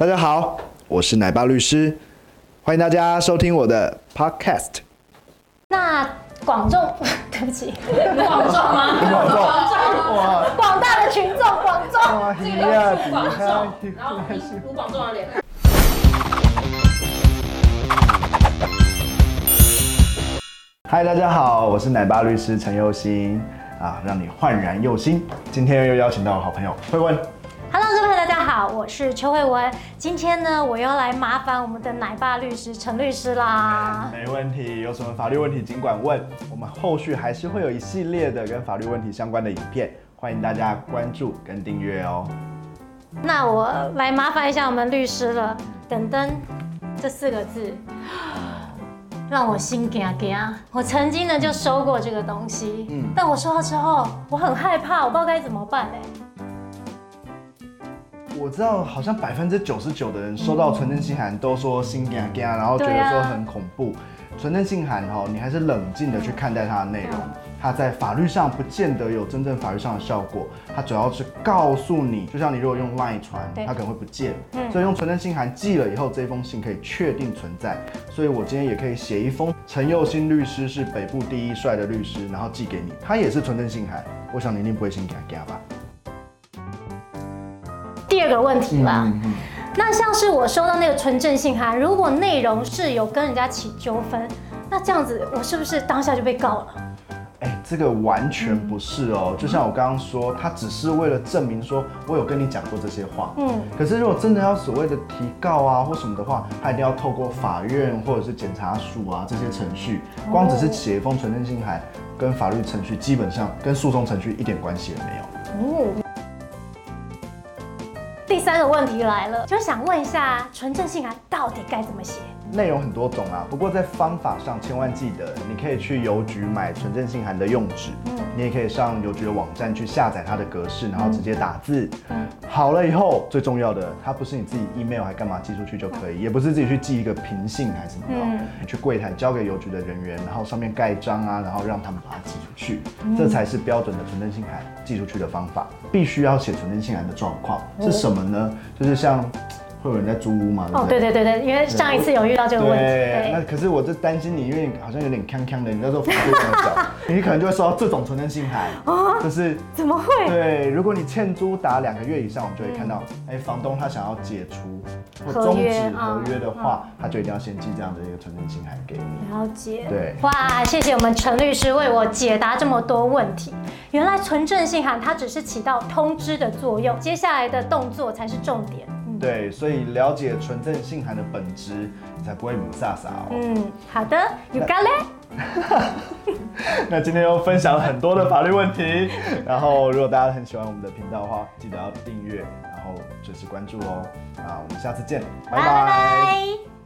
大家好，我是奶爸律师，欢迎大家收听我的 podcast。 那广众，对不起， 广众吗？ 哇， 广大的群众，广众， 这个是广众，然后卢广仲的脸。 嗨，大家好，我是奶爸律师陈佑兴让你焕然又新。今天又邀请到我好朋友慧文。 Hello， 各位朋友，大家好，我是邱慧文。今天呢，我要来麻烦我们的奶爸律师陈律师啦。 没问题，有什么法律问题尽管问，我们后续还是会有一系列的跟法律问题相关的影片，欢迎大家关注跟订阅哦。 那我来麻烦一下我们律师了，等等这4个字。让我心惊惊。我曾经呢就收过这个东西，但我收到之后，我很害怕，我不知道该怎么办我知道，好像99%的人收到存证信函都说心惊惊，然后觉得说很恐怖。存证信函你还是冷静的去看待它的内容，它在法律上不见得有真正法律上的效果，它主要是告诉你，就像你如果用 LINE 传，它可能会不见，所以用存证信函寄了以后，这封信可以确定存在。所以我今天也可以写一封陈佑兴律师是北部第一帅的律师，然后寄给你，他也是存证信函，我想你一定不会心惊惊吧。 第2个问题啦，那像是我收到那个存证信函，如果内容是有跟人家起纠纷，那这样子我是不是当下就被告了？ 这个完全不是哦，就像我刚刚说，他只是为了证明说我有跟你讲过这些话，可是如果真的要所谓的提告啊或什么的话，他一定要透过法院或者是检察署啊这些程序，光只是写一封存证信函，跟法律程序基本上跟诉讼程序一点关系也没有。 第3个问题来了，就是想问一下，存证信函到底该怎么写？ 内容很多种啊，不过在方法上千万记得，你可以去邮局买存证信函的用纸，你也可以上邮局的网站去下载它的格式，然后直接打字。好了以后，最重要的，它不是你自己 email 还干嘛寄出去就可以，也不是自己去寄一个平信还是什么你去柜台交给邮局的人员，然后上面盖章啊，然后让他们把它寄出去，这才是标准的存证信函寄出去的方法。必须要写存证信函的状况是什么呢？就是像会有人在租屋嘛？ 对，因为上一次有遇到这个问题。 对，那可是我就担心你，因为你好像有点康康的，你那时候法律很小，你可能就会收到这种存证信函就是怎么会？ 对，如果你欠租达2个月以上，我们就会看到，房东他想要解除或终止合约的话，他就一定要先寄这样的一个存证信函给你。 了解。 对， 哇，谢谢我们陈律师为我解答这么多问题。原来存证信函它只是起到通知的作用，接下来的动作才是重点。 对，所以了解存证信函的本质，你才不会母萨萨哦。 好的 ，You got it 。 那今天又分享了很多的法律问题，然后如果大家很喜欢我们的频道的话，记得要订阅，然后准时关注哦。我们下次见，拜拜。